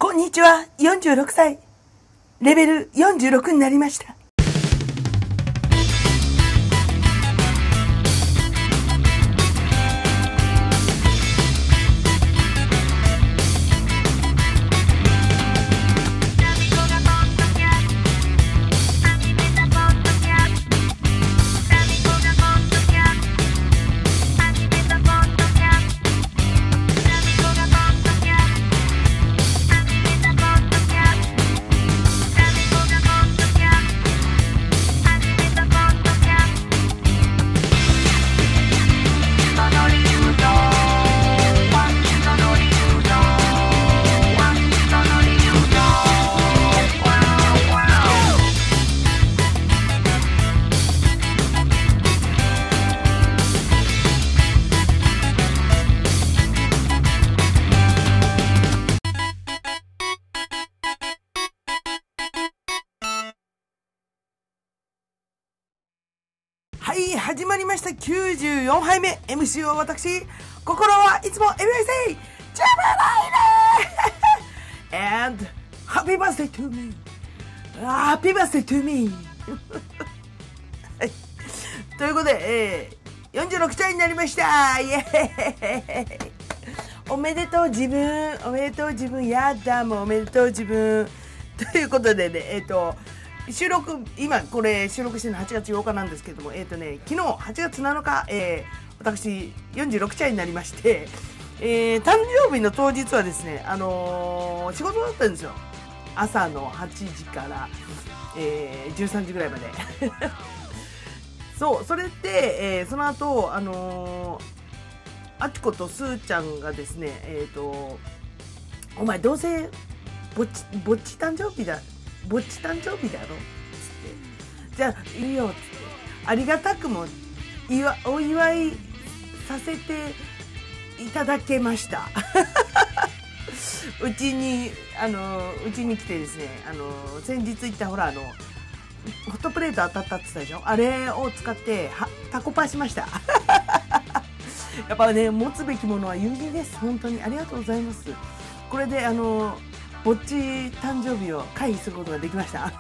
こんにちは、46歳。レベル46になりました。はい、始まりました。94杯目 MC は私、心はいつも MSA ジャマライネand Happy Birthday to me Happy Birthday to me はい、ということで、46歳になりました。イエーイ、おめでとう自分、おめでとう自分、やだもうおめでとう自分ということでね、今これ収録してるの8月8日なんですけども、昨日8月7日、私46歳になりまして、誕生日の当日はですね、仕事だったんですよ。朝の8時から、13時ぐらいまでそう、それで、その後、あちことすーちゃんがですね、お前どうせぼっち誕生日だろっつって、じゃあいいよっつって、ありがたくもお祝いさせていただけましたうちに来てですね、先日行ったほらホットプレート当たったって言ったでしょ。あれを使ってタコパしましたやっぱね、持つべきものは友人です。本当にありがとうございます。これでぼっち誕生日を回避することができました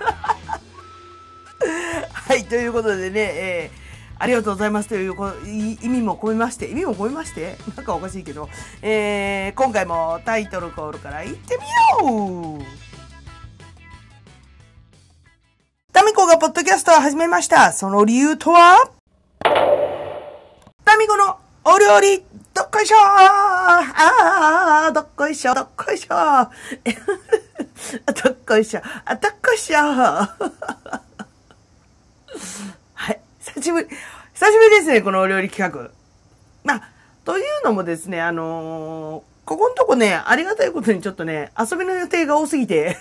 はい、ということでね、ありがとうございますという意味も込めましてなんかおかしいけど、今回もタイトルコールからいってみよう。タミコがポッドキャストを始めました。その理由とは、タミコのお料理どっこいしょー、どっこいしょどっこいしょどっこいしょどっこいしょはい、久しぶりですね、このお料理企画。というのもですね、ここのとこね、ありがたいことにちょっとね、遊びの予定が多すぎて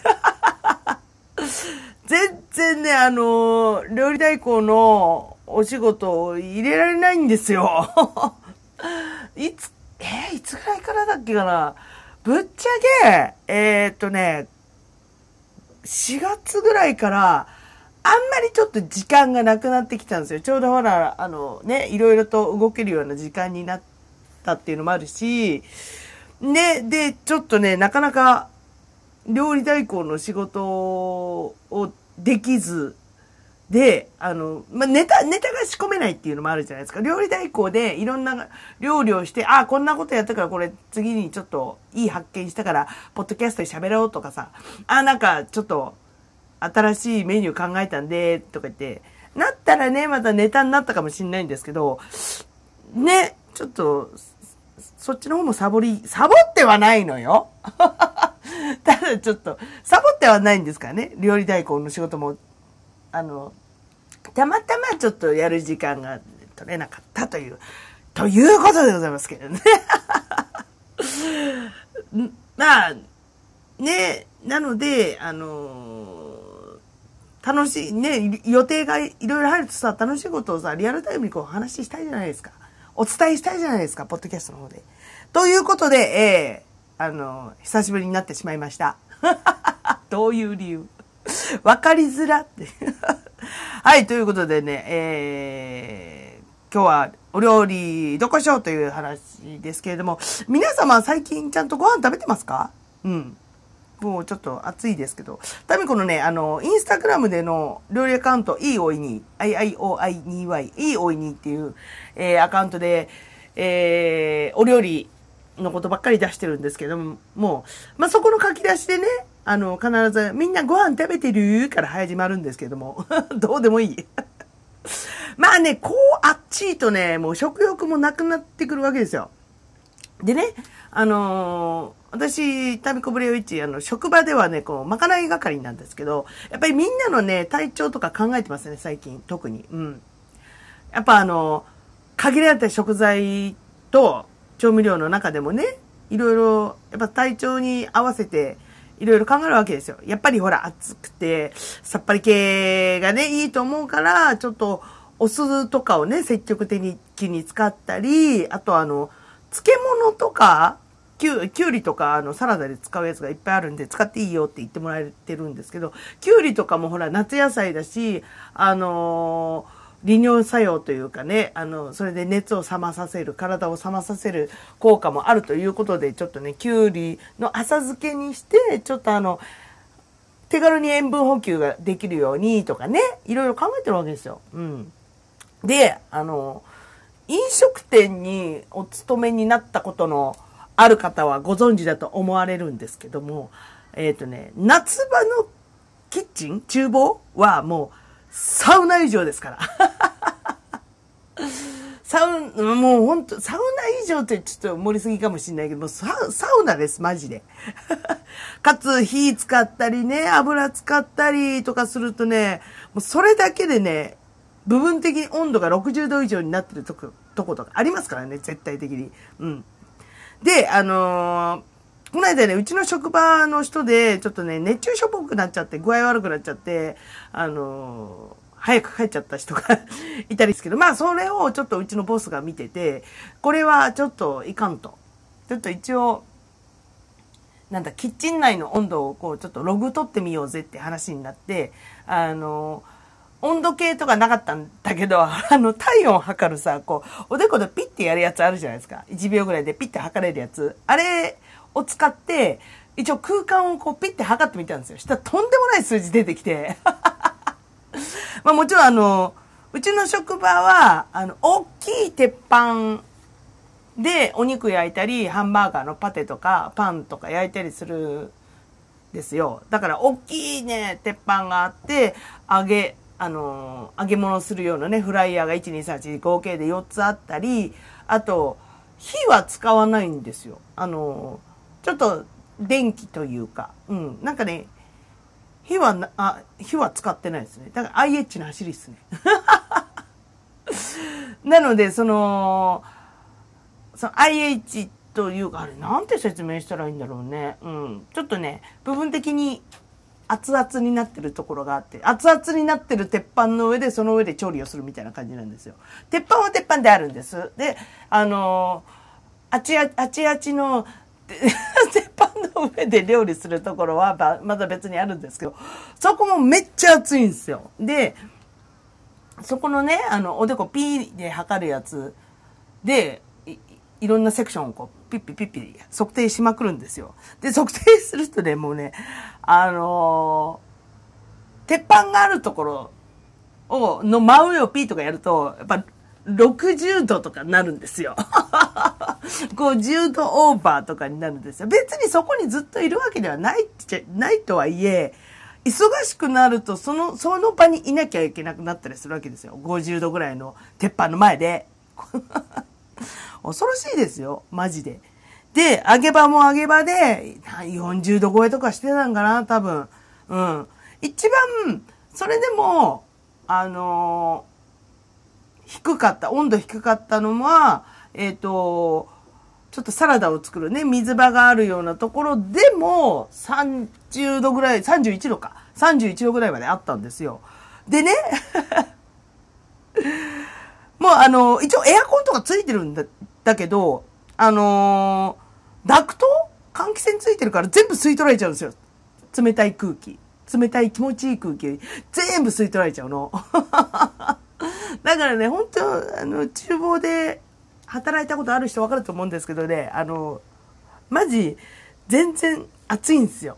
全然ね、料理代行のお仕事を入れられないんですよいつぐらいからだっけかな。ぶっちゃけ、4月ぐらいから、あんまりちょっと時間がなくなってきたんですよ。ちょうどほら、いろいろと動けるような時間になったっていうのもあるし、ね、で、ちょっとね、なかなか、料理代行の仕事をできず、で、ネタが仕込めないっていうのもあるじゃないですか。料理代行でいろんな料理をして、こんなことやったからこれ次にちょっといい発見したから、ポッドキャストで喋ろうとかさ、なんかちょっと新しいメニュー考えたんで、とか言って、なったらね、またネタになったかもしれないんですけど、ね、ちょっと、そっちの方もサボってはないのよ。ただちょっと、サボってはないんですからね。料理代行の仕事も、たまたまちょっとやる時間が取れなかったということでございますけどね。ね、なので、楽しい、ね、予定がいろいろ入るとさ、楽しいことをさ、リアルタイムにこう話したいじゃないですか。お伝えしたいじゃないですか、ポッドキャストの方で。ということで、久しぶりになってしまいました。どういう理由わかりづらって。はい、ということでね、今日はお料理どこしようという話ですけれども、皆様最近ちゃんとご飯食べてますか？うん。 もうちょっと暑いですけど、タミコのね、インスタグラムでの料理アカウント、いいおいに、IIOI2Y、いいおいにっていう、アカウントで、お料理のことばっかり出してるんですけども、まあ、そこの書き出しでね、必ず、みんなご飯食べてるから始まるんですけども、どうでもいい。まあね、こうあっちいとね、もう食欲もなくなってくるわけですよ。でね、私、タミコブレオイチ、職場ではね、こう、まかない係なんですけど、やっぱりみんなのね、体調とか考えてますね、最近、特に。うん。やっぱ限られた食材と調味料の中でもね、いろいろ、やっぱ体調に合わせて、いろいろ考えるわけですよ。やっぱりほら、暑くて、さっぱり系がね、いいと思うから、ちょっと、お酢とかをね、積極的に使ったり、あと漬物とか、きゅうりとかサラダで使うやつがいっぱいあるんで、使っていいよって言ってもらえてるんですけど、きゅうりとかもほら、夏野菜だし、利尿作用というかね、それで熱を冷まさせる、体を冷まさせる効果もあるということで、ちょっとね、きゅうりの浅漬けにして、ちょっと手軽に塩分補給ができるようにとかね、いろいろ考えてるわけですよ。うん。で、飲食店にお勤めになったことのある方はご存知だと思われるんですけども、夏場のキッチン、厨房はもうサウナ以上ですから。もう本当サウナ以上ってちょっと盛りすぎかもしれないけど、もうサウナです、マジで。かつ、火使ったりね、油使ったりとかするとね、もうそれだけでね、部分的に温度が60度以上になってるとことかありますからね、絶対的に。うん。で、この間ね、うちの職場の人で、ちょっとね、熱中症っぽくなっちゃって、具合悪くなっちゃって、早く帰っちゃった人がいたりですけど、まあ、それをちょっとうちのボスが見てて、これはちょっといかんと。ちょっと一応、キッチン内の温度をこう、ちょっとログ取ってみようぜって話になって、温度計とかなかったんだけど、体温測るさ、こう、おでこでピッてやるやつあるじゃないですか。1秒ぐらいでピッて測れるやつ。あれを使って、一応空間をこうピッて測ってみたんですよ。したらとんでもない数字出てきて。まあもちろんうちの職場は、大きい鉄板でお肉焼いたり、ハンバーガーのパテとかパンとか焼いたりするですよ。だから大きいね、鉄板があって、揚げ物するようなね、フライヤーが1、2、3、4、合計で4つあったり、あと、火は使わないんですよ。ちょっと電気というか、うん、なんかね、火は使ってないですね。だから IH の走りですね。なので、その IH というか、あれ、なんて説明したらいいんだろうね。うん。ちょっとね、部分的に熱々になってるところがあって、熱々になってる鉄板の上で、その上で調理をするみたいな感じなんですよ。鉄板は鉄板であるんです。で、あちあちの、鉄板の上で料理するところはまだ別にあるんですけど、そこもめっちゃ熱いんですよ。で、そこのね、おでこピーで測るやつで、いろんなセクションをこう、ピッピピッピ測定しまくるんですよ。で、測定するとね、もうね、鉄板があるところの真上をピーとかやると、やっぱ60度とかになるんですよ。50度オーバーとかになるんですよ。別にそこにずっといるわけではないとはいえ、忙しくなるとその場にいなきゃいけなくなったりするわけですよ。50度ぐらいの鉄板の前で。恐ろしいですよ。マジで。で、揚げ場も揚げ場で40度超えとかしてたんかな、多分。うん。一番、それでも、温度低かったのは、ちょっとサラダを作るね、水場があるようなところでも、30度ぐらい、31度か。31度ぐらいまであったんですよ。でね、もう一応エアコンとかついてるんだけど、ダクト換気扇ついてるから全部吸い取られちゃうんですよ。冷たい空気。冷たい気持ちいい空気。全部吸い取られちゃうの。だからね、本当厨房で働いたことある人分かると思うんですけどね、マジ、全然暑いんですよ。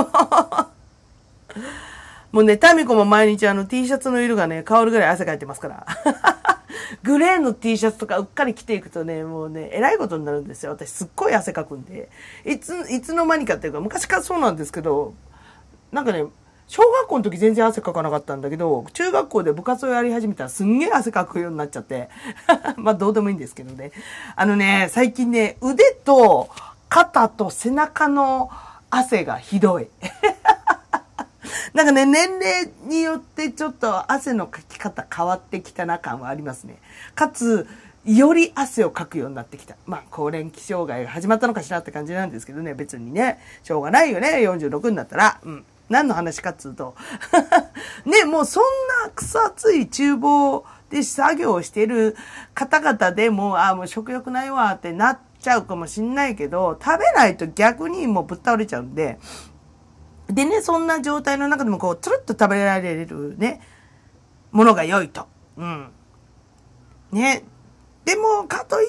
もうね、タミコも毎日T シャツの色がね、変わるぐらい汗かいてますから。グレーの T シャツとかうっかり着ていくとね、もうね、えらいことになるんですよ。私すっごい汗かくんで。いつの間にかっていうか、昔からそうなんですけど、なんかね、小学校の時全然汗かかなかったんだけど、中学校で部活をやり始めたらすんげえ汗かくようになっちゃって。まあどうでもいいんですけどね。最近ね、腕と肩と背中の汗がひどい。なんかね、年齢によってちょっと汗のかき方変わってきたな感はありますね。かつ、より汗をかくようになってきた。まあ、更年期障害が始まったのかしらって感じなんですけどね、別にね、しょうがないよね、46になったら。うん。何の話かっつうと。ね、もうそんな草暑い厨房で作業をしている方々でもう食欲ないわってなっちゃうかもしんないけど、食べないと逆にもうぶっ倒れちゃうんで、でね、そんな状態の中でもこう、つるっと食べられるね、ものが良いと。うん。ね。でも、かといって、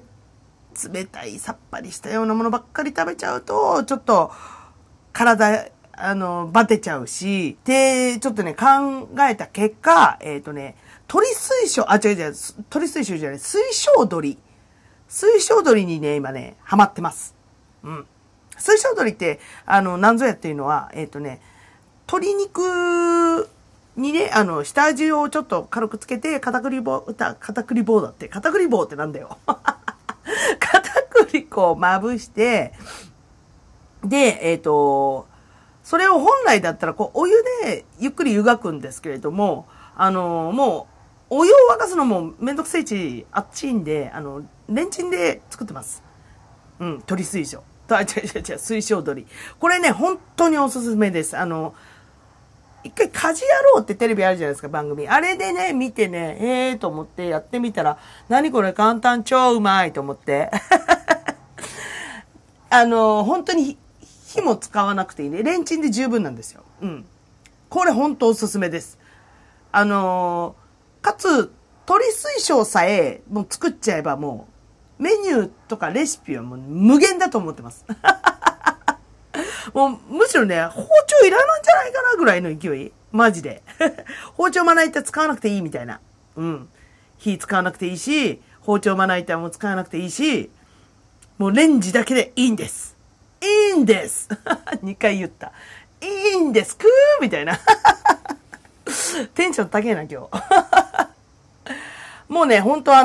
冷たいさっぱりしたようなものばっかり食べちゃうと、ちょっと、体、バテちゃうし、で、ちょっとね、考えた結果、鳥水晶、違う違う、鳥水晶じゃない、水晶鳥。水晶鳥にね、今ね、ハマってます。うん。水晶鳥って、なんぞやっていうのは、鶏肉にね、下味をちょっと軽くつけて、片栗棒ってなんだよ。片栗粉をまぶして、で、それを本来だったら、こう、お湯でゆっくり湯がくんですけれども、もう、お湯を沸かすのもめんどくせえし、あっちいんで、レンチンで作ってます。うん、鶏水晶。水晶鳥。これね、本当におすすめです。一回家事やろうってテレビあるじゃないですか、番組。あれでね、見てね、と思ってやってみたら、何これ簡単超うまいと思って。本当に火も使わなくていいね。レンチンで十分なんですよ。うん。これ本当おすすめです。かつ、鶏水晶さえもう作っちゃえばもう、メニューとかレシピはもう無限だと思ってます。もう、むしろね、包丁いらないんじゃないかなぐらいの勢い。マジで。包丁まな板使わなくていいみたいな。うん。火使わなくていいし、包丁まな板も使わなくていいし、もうレンジだけでいいんです。いいんです。2回言った。いいんです。くーみたいな。テンション高えな、今日。もうね、ほんと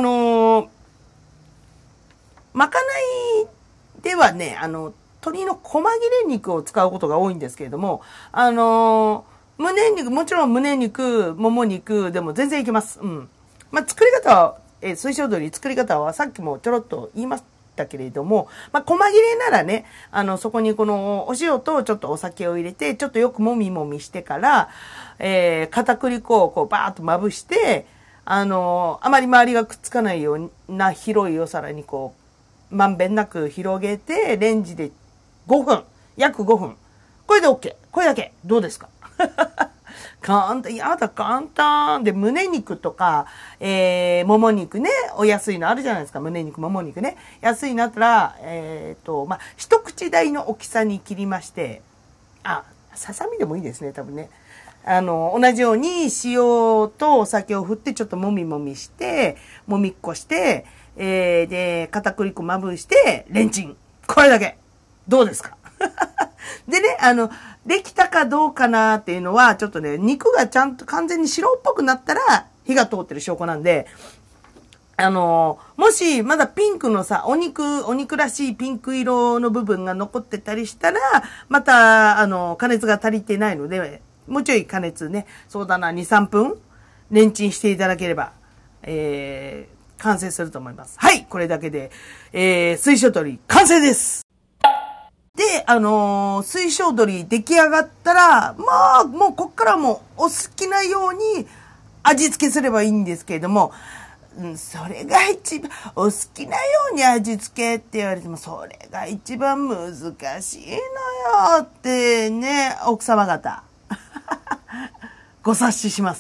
まかないではね、鶏の細切れ肉を使うことが多いんですけれども、胸肉、もちろん胸肉、もも肉でも全然いけます。うん。まあ、作り方は、水晶鶏作り方はさっきもちょろっと言いましたけれども、まあ、細切れならね、そこにこのお塩とちょっとお酒を入れて、ちょっとよくもみもみしてから、片栗粉をこうバーッとまぶして、あまり周りがくっつかないような広いお皿にこう、まんべんなく広げて、レンジで5分。約5分。これで OK。これだけ。どうですか？簡単。やだ、簡単。で、胸肉とか、もも肉ね。お安いのあるじゃないですか。胸肉、もも肉ね。安いのあったら、まあ、一口大の大きさに切りまして、ささみでもいいですね、多分ね。同じように塩とお酒を振ってちょっともみもみして、もみっこして、で、片栗粉まぶして、レンチン。これだけ。どうですか？でね、できたかどうかなっていうのは、ちょっとね、肉がちゃんと完全に白っぽくなったら、火が通ってる証拠なんで、もし、まだピンクのさ、お肉らしいピンク色の部分が残ってたりしたら、また、加熱が足りてないので、もうちょい加熱ね、そうだな、2、3分、レンチンしていただければ、完成すると思います。はい、これだけで、水晶鶏、完成です。で、水晶鶏出来上がったら、まあ、もうこっからもお好きなように味付けすればいいんですけれども、それが一番、お好きなように味付けって言われても、それが一番難しいのよってね、奥様方。ご察しします。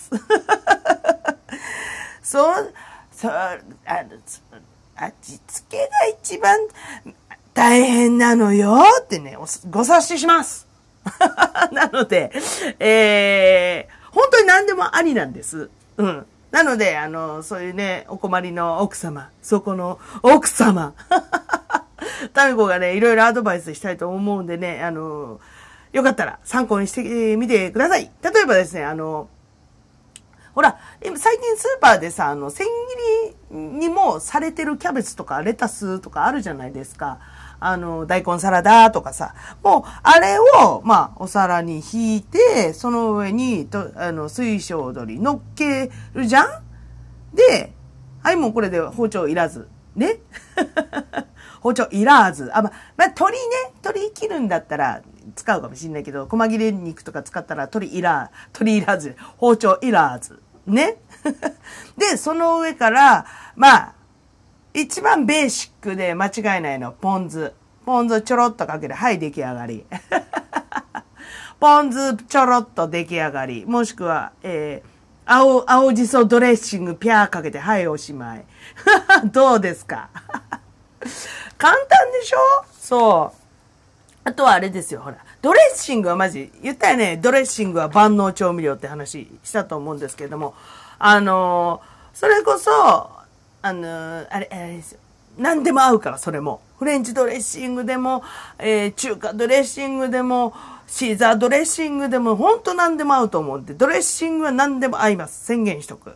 味付けが一番、 大変なのよってね、ご察しします。なので、本当に何でもありなんです。うん。なので、そういうね、お困りの奥様、そこの奥様、タミコがね、いろいろアドバイスしたいと思うんでね、よかったら参考にしてみてください。例えばですね、ほら、最近スーパーでさ、千切りにもされてるキャベツとかレタスとかあるじゃないですか。大根サラダとかさ。もう、あれを、まあ、お皿に引いて、その上に、水晶鶏乗っけるじゃんで、はい、もうこれで包丁いらず。ね包丁いらず。まあ、鶏切るんだったら使うかもしれないけど、細切れ肉とか使ったら鶏いらず。包丁いらず。ねで、その上から、まあ、一番ベーシックで間違いないの、ポン酢。ポン酢ちょろっとかけて、はい、出来上がり。ポン酢ちょろっと出来上がり。もしくは、青じそドレッシングピャーかけて、はい、おしまい。どうですか簡単でしょそう。あとはあれですよ、ほら。ドレッシングはマジ、言ったよね、ドレッシングは万能調味料って話したと思うんですけれども、それこそ、あれですよ。何でも合うから、それも。フレンチドレッシングでも、中華ドレッシングでも、シーザードレッシングでも、ほんと何でも合うと思うんで、ドレッシングは何でも合います。宣言しとく。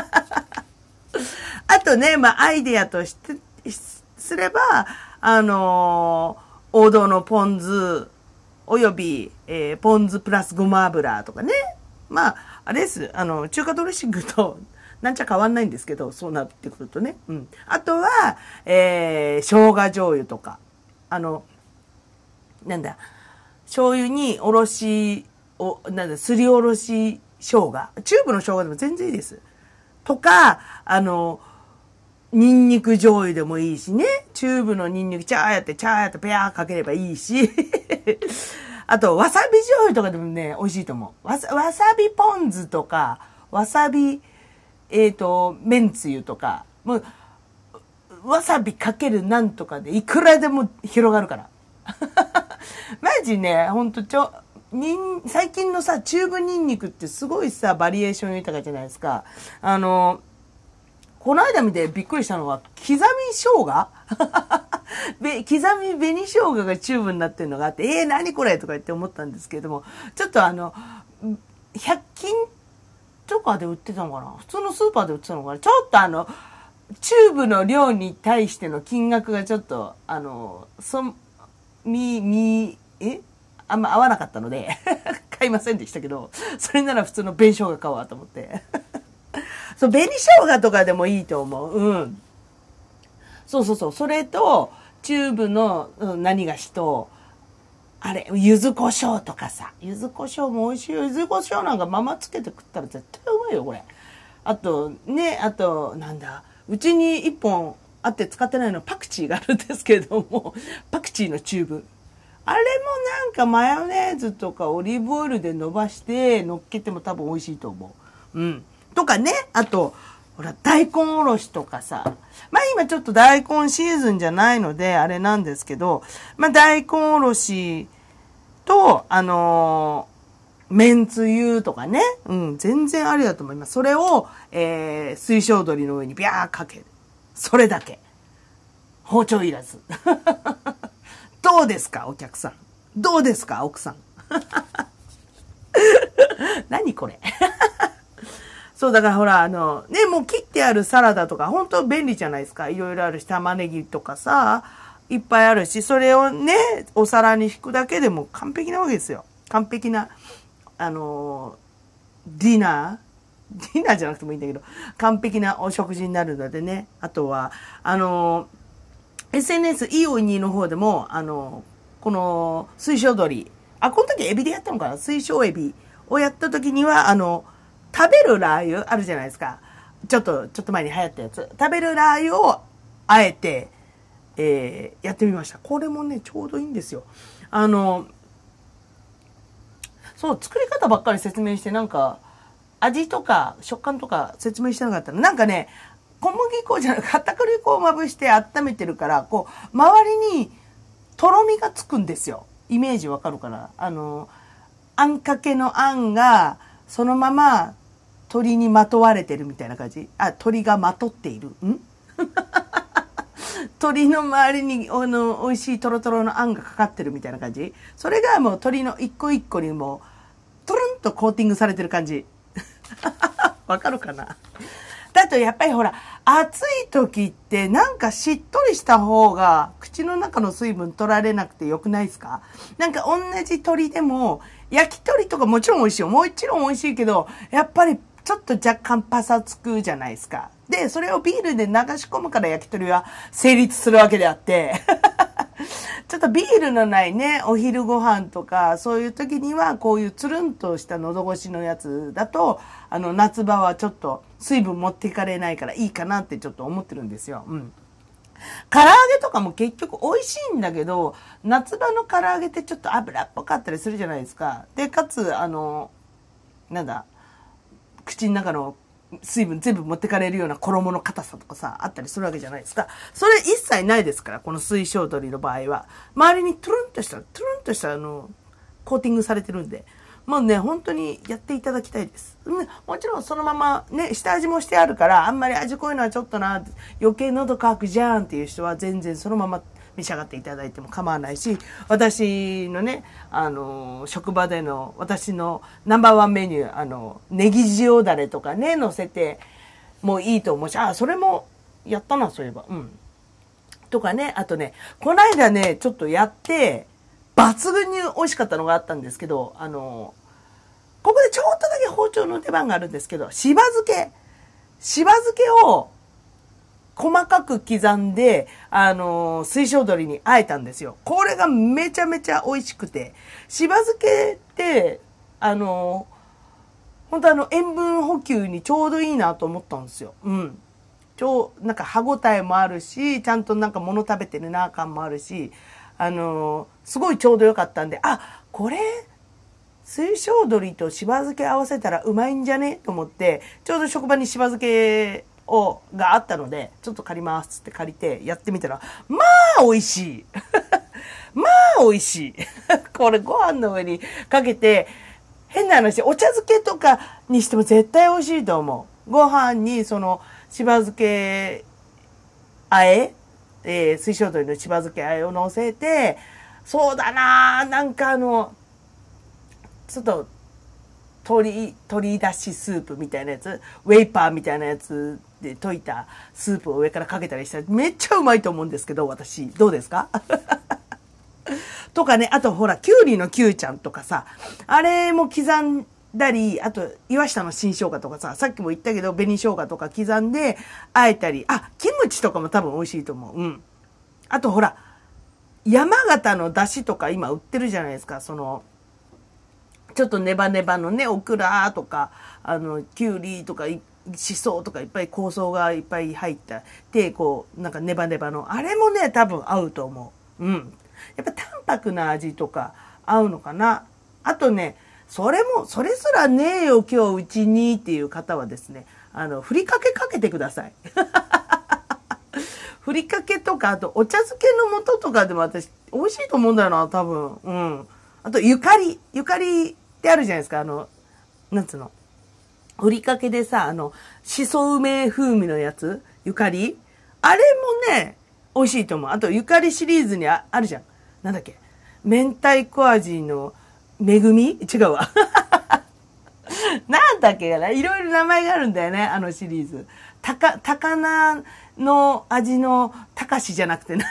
あとね、まあ、アイデアとして、すれば、王道のポン酢、および、ポン酢プラスごま油とかね。まあ、あれです。中華ドレッシングと、なんちゃ変わんないんですけど、そうなってくるとね。うん。あとは、生姜醤油とか。なんだ、醤油におろし、すりおろし生姜。チューブの生姜でも全然いいです。とか、ニンニク醤油でもいいしね。チューブのニンニク、チャーやって、ペアーかければいいし。あと、わさび醤油とかでもね、美味しいと思う。わさびポン酢とか、わさび、めんつゆとか、もう、わさびかけるなんとかでいくらでも広がるから。マジね、ほんと最近のさ、チューブニンニクってすごいさ、バリエーション豊かじゃないですか。この間見てびっくりしたのは、刻み生姜刻み紅生姜がチューブになってるのがあって、何これとか言って思ったんですけれども、ちょっと100均とかで売ってたのかな普通のスーパーで売ってたのかなちょっとチューブの量に対しての金額がちょっと、あんま合わなかったので、買いませんでしたけど、それなら普通の紅生姜買おうわと思って。そう、紅生姜とかでもいいと思う。うん。そう。それと、チューブの、何がしと、あれ、柚子胡椒とかさ。柚子胡椒も美味しいよ。柚子胡椒なんかママつけて食ったら絶対うまいよ、これ。あと、なんだ。うちに一本あって使ってないのパクチーがあるんですけれども、パクチーのチューブ。あれもなんかマヨネーズとかオリーブオイルで伸ばして乗っけても多分美味しいと思う。うん。とかね、あと、ほら、大根おろしとかさ。まあ今ちょっと大根シーズンじゃないので、あれなんですけど、まあ大根おろしと、めんつゆとかね。うん、全然ありだと思います。それを、水晶鶏の上にビャーかける。それだけ。包丁いらず。どうですか、お客さん。どうですか、奥さん。何これ。そう、だからほら、もう切ってあるサラダとか、本当便利じゃないですか。いろいろあるし、玉ねぎとかさ、いっぱいあるし、それをね、お皿に引くだけでも完璧なわけですよ。完璧な、ディナーじゃなくてもいいんだけど、完璧なお食事になるのでね。あとは、SNS いいおいにの方でも、この水晶鶏、この時エビでやったのかな水晶エビをやった時には、食べるラー油あるじゃないですか。ちょっと前に流行ったやつ。食べるラー油をあえて、やってみました。これもね、ちょうどいいんですよ。そう、作り方ばっかり説明して、なんか、味とか食感とか説明してなかったの。なんかね、小麦粉じゃなくて片栗粉をまぶして温めてるから、こう、周りにとろみがつくんですよ。イメージわかるかな？あんかけのあんが、そのまま鶏にまとわれてるみたいな感じ。あ、鶏がまとっている。鶏の周りに、美味しいトロトロのあんがかかってるみたいな感じ。それがもう鶏の一個一個にもう、トゥルンとコーティングされてる感じ。わかるかな？だとやっぱりほら、暑い時ってなんかしっとりした方が口の中の水分取られなくてよくないですか？なんか同じ鶏でも、焼き鳥とかもちろん美味しいよ。もちろん美味しいけど、やっぱりちょっと若干パサつくじゃないですか。で、それをビールで流し込むから焼き鳥は成立するわけであって、ちょっとビールのないね、お昼ご飯とか、そういう時にはこういうつるんとした喉越しのやつだと、夏場はちょっと水分持っていかれないからいいかなってちょっと思ってるんですよ。うん。唐揚げとかも結局美味しいんだけど、夏場の唐揚げってちょっと油っぽかったりするじゃないですか。で、かつ、なんだ、口の中の水分全部持ってかれるような衣の硬さとかさ、あったりするわけじゃないですか。それ一切ないですから、この水晶鶏の場合は。周りにトゥルンとしたコーティングされてるんで。もうね、本当にやっていただきたいです。もちろんそのままね、下味もしてあるから、あんまり味濃いのはちょっとな、余計喉乾くじゃんっていう人は全然そのまま召し上がっていただいても構わないし、私のね、職場での私のナンバーワンメニュー、ネギ塩だれとかね、乗せてもいいと思うし、それもやったな、そういえば。うん。とかね、あとね、こないだね、ちょっとやって、抜群に美味しかったのがあったんですけど、ここでちょっとだけ包丁の出番があるんですけど、しば漬けを細かく刻んで、水晶鶏に和えたんですよ。これがめちゃめちゃ美味しくて、しば漬けって、本当塩分補給にちょうどいいなと思ったんですよ。うん。なんか歯ごたえもあるし、ちゃんとなんか物食べてるな感もあるし、すごいちょうどよかったんで、これ、水晶鶏としば漬け合わせたらうまいんじゃねと思って、ちょうど職場にしば漬けがあったので、ちょっと借りますって借りてやってみたら、まあ美味しい。まあ美味しい。これご飯の上にかけて、変な話、お茶漬けとかにしても絶対美味しいと思う。ご飯にそのしば漬け水晶鶏のしば漬けあえを乗せて、そうだななんかちょっと鶏だしスープみたいなやつ、ウェイパーみたいなやつで溶いたスープを上からかけたりしたらめっちゃうまいと思うんですけど、私。どうですか？とかね、あとほら、きゅうりのきゅうちゃんとかさ、あれも刻んだり、あと、岩下の新生姜とかさ、さっきも言ったけど、紅生姜とか刻んで、あえたり、キムチとかも多分美味しいと思う。うん。あとほら、山形の出汁とか今売ってるじゃないですか、ちょっとネバネバのね、オクラとか、きゅうりとか、しそとかいっぱい香草がいっぱい入った、なんかネバネバの、あれもね、多分合うと思う。うん。やっぱ淡白な味とか合うのかな。あとね、それすらねえよ今日うちにっていう方はですね、ふりかけかけてください。ふりかけとか、あとお茶漬けの素とかでも私美味しいと思うんだよな、多分。うん。あとゆかりってあるじゃないですか、なんつうの。ふりかけでさ、しそ梅風味のやつ、ゆかりあれもね、美味しいと思う。あとゆかりシリーズにあるじゃん。なんだっけ、明太子味のめぐみ違うわ。なんだっけかな、いろいろ名前があるんだよね、あのシリーズ。高菜の味のたかしじゃなくてな。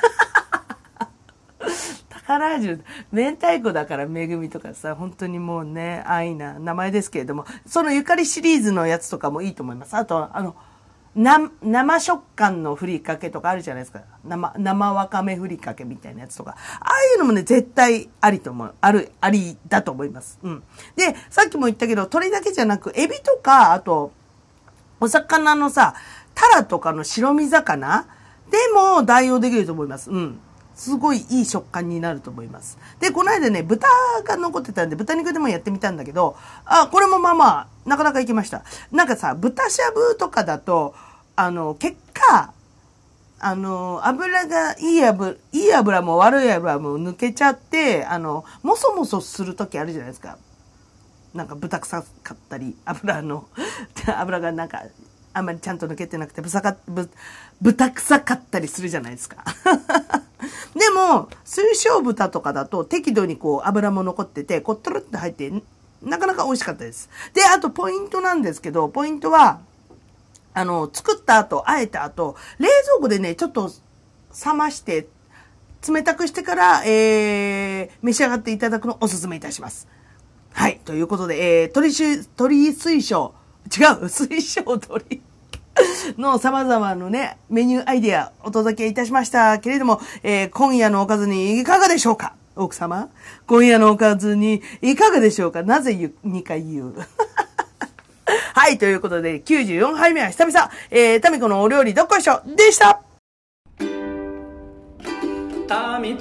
高菜味の明太子だからめぐみとかさ、本当にもうね、安易な名前ですけれども、そのゆかりシリーズのやつとかもいいと思います。あと、生食感のふりかけとかあるじゃないですか。生わかめふりかけみたいなやつとか。ああいうのもね、絶対ありだと思います。うん。で、さっきも言ったけど、鶏だけじゃなく、エビとか、あと、お魚のさ、タラとかの白身魚でも代用できると思います。うん。すごいいい食感になると思います。で、この間ね、豚が残ってたんで、豚肉でもやってみたんだけど、これもまあまあ、なかなかいけました。なんかさ、豚しゃぶとかだと、結果、 油が、いい油も悪い油も抜けちゃって、もそもそするときあるじゃないですか。なんか豚臭かったり、油がなんか、あんまりちゃんと抜けてなくて、豚臭かったりするじゃないですか。でも、水晶豚とかだと適度にこう油も残ってて、こうトロッと入って、なかなか美味しかったです。で、あとポイントなんですけど、ポイントは、作った後、あえた後、冷蔵庫でね、ちょっと冷まして、冷たくしてから、召し上がっていただくのをおすすめいたします。はい。ということで、鶏水晶、違う、水晶鶏の様々なね、メニューアイデアお届けいたしましたけれども、今夜のおかずにいかがでしょうか？奥様？今夜のおかずにいかがでしょうか？なぜ2回言うはい、ということで、94杯目は久々、タミコのお料理どっこいしょでした。タミ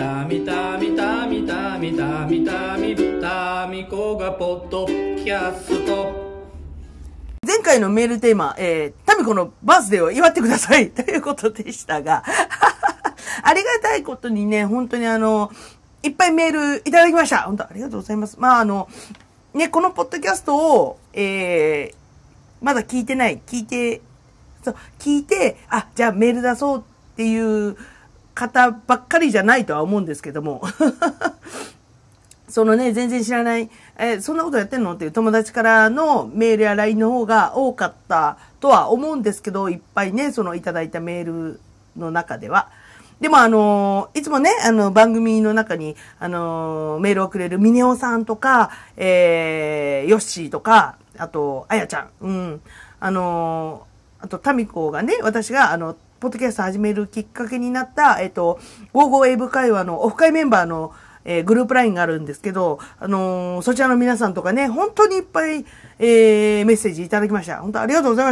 コがポッドキャスト。前回のメールテーマ、タミコのバースデーを祝ってくださいということでしたが、ありがたいことにね、本当にいっぱいメールいただきました。本当ありがとうございます。まあね、このポッドキャストを、まだ聞いて、じゃあメール出そうっていう方ばっかりじゃないとは思うんですけども、そのね、全然知らない、そんなことやってんのっていう友達からのメールや LINE の方が多かったとは思うんですけど、いっぱいね、いただいたメールの中では。でもいつもね、番組の中に、メールをくれるミネオさんとか、ヨッシーとか、あと、あやちゃん、あと、タミコがね、私が、ポッドキャスト始めるきっかけになった、55英語会話のオフ会メンバーの、グループラインがあるんですけど、そちらの皆さんとかね、本当にいっぱい、メッセージいただきました。本当ありがとうございました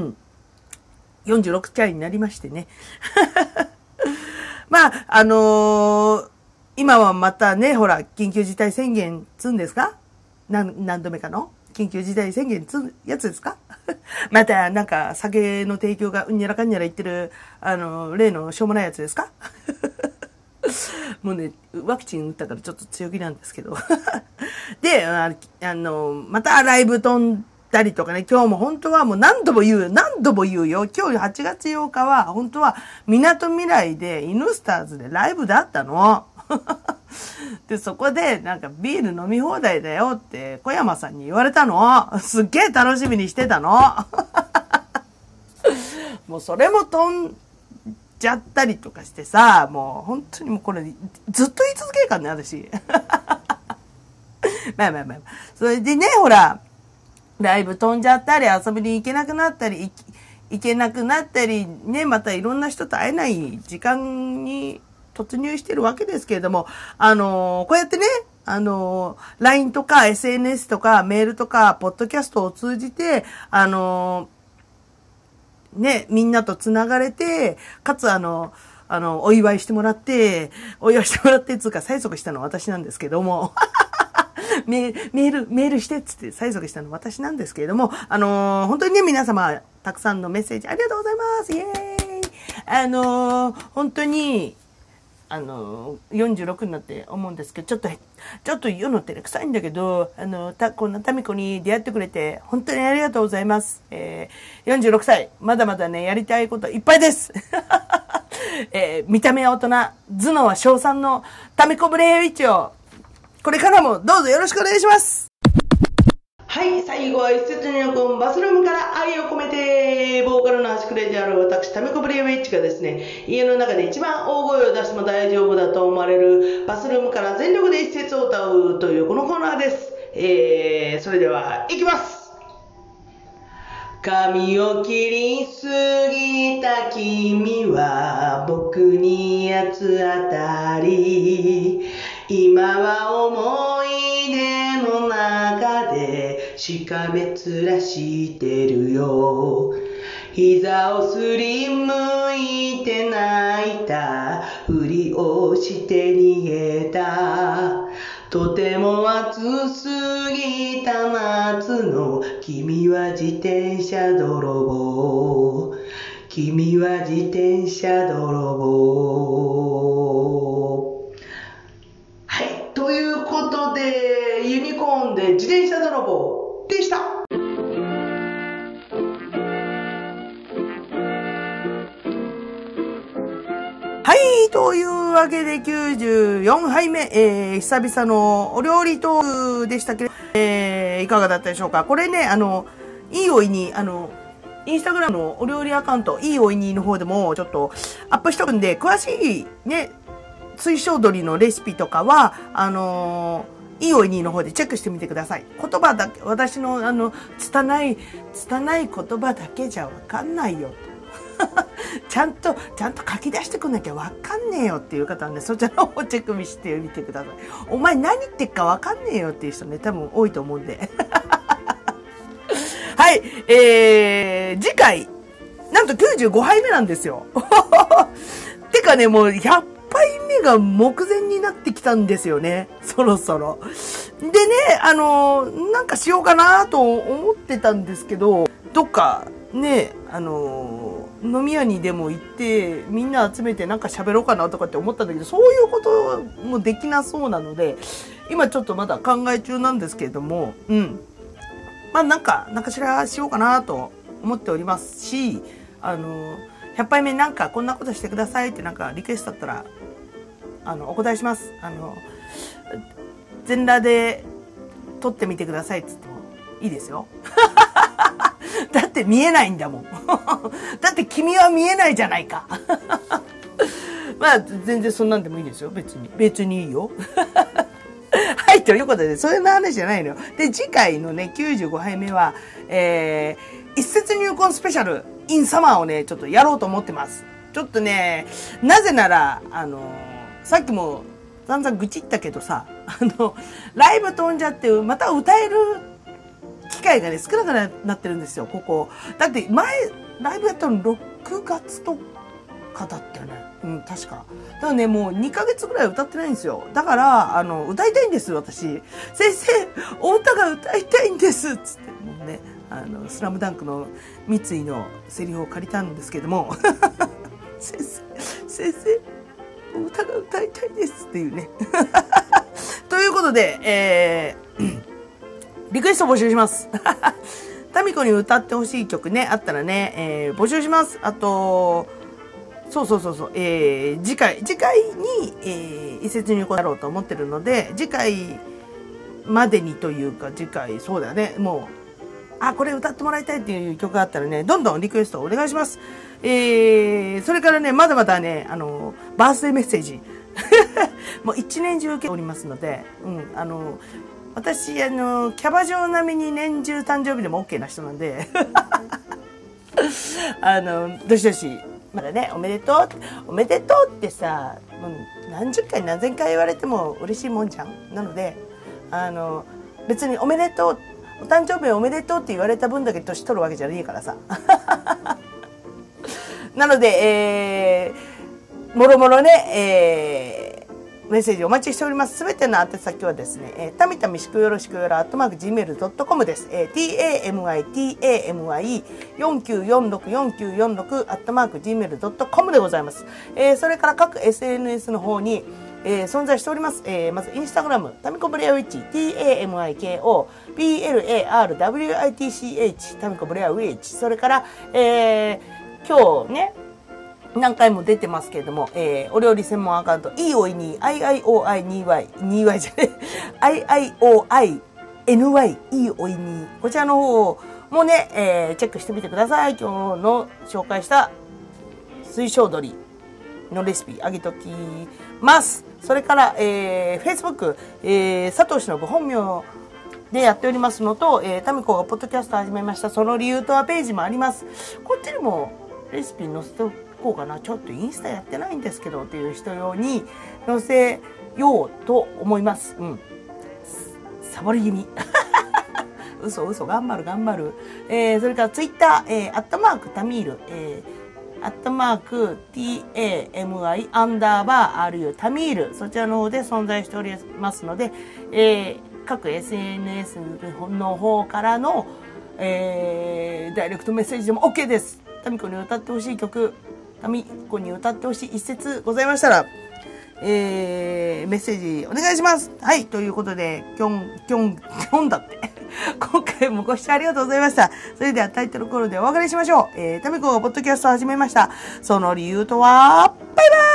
。46回になりましてね。まあ、今はまたね、ほら、緊急事態宣言つんですか？何度目かの緊急事態宣言つんやつですか？また、なんか、酒の提供がうんにゃらかんにゃら言ってる、例のしょうもないやつですか？もうね、ワクチン打ったからちょっと強気なんですけど。で、またライブ飛んだりとかね、今日も本当はもう何度も言うよ。今日8月8日は、本当は、港未来でイヌスターズでライブだったの。で、そこで、なんかビール飲み放題だよって、小山さんに言われたの。すっげえ楽しみにしてたの。もうそれも飛んじゃったりとかしてさ、もう本当にもうこれ、ずっと言い続けるからね、私。まあ。それでね、ほら、ライブ飛んじゃったり、遊びに行けなくなったり、ね、またいろんな人と会えない時間に突入してるわけですけれども、こうやってね、LINE とか SNS とかメールとか、ポッドキャストを通じて、ね、みんなと繋がれて、かつお祝いしてもらって、つうか催促したのは私なんですけども、メールしてっつって催促したのは私なんですけれども、本当にね、皆様、たくさんのメッセージありがとうございます。イエーイ。本当に、46になって思うんですけど、ちょっと言うの照れくさいんだけど、こんなタミコに出会ってくれて、本当にありがとうございます。46歳、まだまだね、やりたいこといっぱいです。見た目は大人、頭脳は小3のタミコブレイウィッチを、これからもどうぞよろしくお願いします。はい、最後は一節入魂バスルームから愛を込めて、ボーカルの端くれである私、タミコブレイウェッジがですね、家の中で一番大声を出しても大丈夫だと思われるバスルームから全力で一節を歌うというこのコーナーです。それでは、いきます。髪を切りすぎた君は僕に八つ当たり、今は思い出の中でしかめ面してるよ。膝をすりむいて泣いたふりをして逃げた。とても暑すぎた夏の君は自転車泥棒。昨君は自転車泥棒。はい、ということで、ユニコーンで自転車泥棒でした。はい、というわけで94杯目、久々のお料理トークでしたけど、いかがだったでしょうか。これね、いいおいに、インスタグラムのお料理アカウント、いいおいにの方でもちょっとアップしとくんで、詳しいね、水晶鶏のレシピとかは、いいおいにの方でチェックしてみてください。言葉だけ、私の拙い言葉だけじゃわかんないよ。ちゃんと書き出してくんなきゃわかんねえよっていう方はね、そちらの方チェックしてみてください。お前何言ってっかわかんねえよっていう人ね、多分多いと思うんで。はい、次回、なんと95杯目なんですよ。てかね、もう100杯目が目前になってきたんですよね。そろそろ。でね、なんかしようかなと思ってたんですけど、どっかね、飲み屋にでも行ってみんな集めてなんか喋ろうかなとかって思ったんだけど、そういうこともできなそうなので、今ちょっとまだ考え中なんですけれども、まあなんかしらしようかなと思っておりますし、100杯目なんかこんなことしてくださいってなんかリクエストだったら、お答えします。全裸で撮ってみてくださいって言ってもいいですよ。だって見えないんだもん。だって君は見えないじゃないか。まあ全然そんなんでもいいですよ。別にいいよ。はい、ということで、そういう話じゃないのよ。で、次回のね、95杯目は、一節入魂スペシャル、インサマーをね、ちょっとやろうと思ってます。ちょっとね、なぜなら、さっきも散々愚痴ったけどさ、ライブ飛んじゃって、また歌える機会がね、少なくなってるんですよ、ここ。だって、前、ライブやったの6月とかだったよね。確か。だからね、もう2ヶ月ぐらい歌ってないんですよ。だから、歌いたいんです、私。先生、お歌が歌いたいんです、つって。もうね、スラムダンクの三井のセリフを借りたんですけども、先生、お歌が歌いたいですっていうね。ということで、リクエスト募集します。タミコに歌ってほしい曲ね、あったらね、募集します。あと、そう、次回に、一節入魂やろうと思ってるので、次回までにというか、そうだよね、もう、これ歌ってもらいたいっていう曲があったらね、どんどんリクエストお願いします。それからね、まだまだね、バースデーメッセージ。もう一年中受けておりますので、私、キャバ嬢並みに年中誕生日でも OK な人なんで、どしどし、まだね、おめでとうってさ、もう何十回何千回言われても嬉しいもんじゃん。なので、別におめでとう、お誕生日おめでとうって言われた分だけ年取るわけじゃねえからさ。なので、もろもろね、メッセージお待ちしております。すべての宛先はですね、たみたみしくよろしくよろ@gmail.com です。tami49464946 @gmail.com でございます。それから各 SNS の方に、存在しております。まずインスタグラム、タミコブレアウィッチ、TAMIKO、BLARWITCH、タミコブレアウィッチ。それから、今日ね、何回も出てますけれども、お料理専門アカウント、いいおいに、IIOI2Y、じゃね、IIOINY、いいおいに、こちらの方もね、チェックしてみてください。今日の紹介した水晶鶏のレシピあげときます。それから、Facebook、佐藤忍本名でやっておりますのと、タミコがポッドキャスト始めました。その理由とはページもあります。こっちにもレシピ載せておこうかな。ちょっとインスタやってないんですけどっていう人用に載せようと思います。サボり気味。嘘、頑張る。それからツイッター、タミール、@TAMI_RU タミール、そちらの方で存在しておりますので、各 SNS の方からの、ダイレクトメッセージでも OK です。 タミコに歌ってほしい曲、タミコに歌ってほしい一節ございましたら、メッセージお願いします。はい、ということで、キョンだって。今回もご視聴ありがとうございました。それではタイトルコールでお別れしましょう。タミコがポッドキャストを始めました。その理由とは、バイバイ。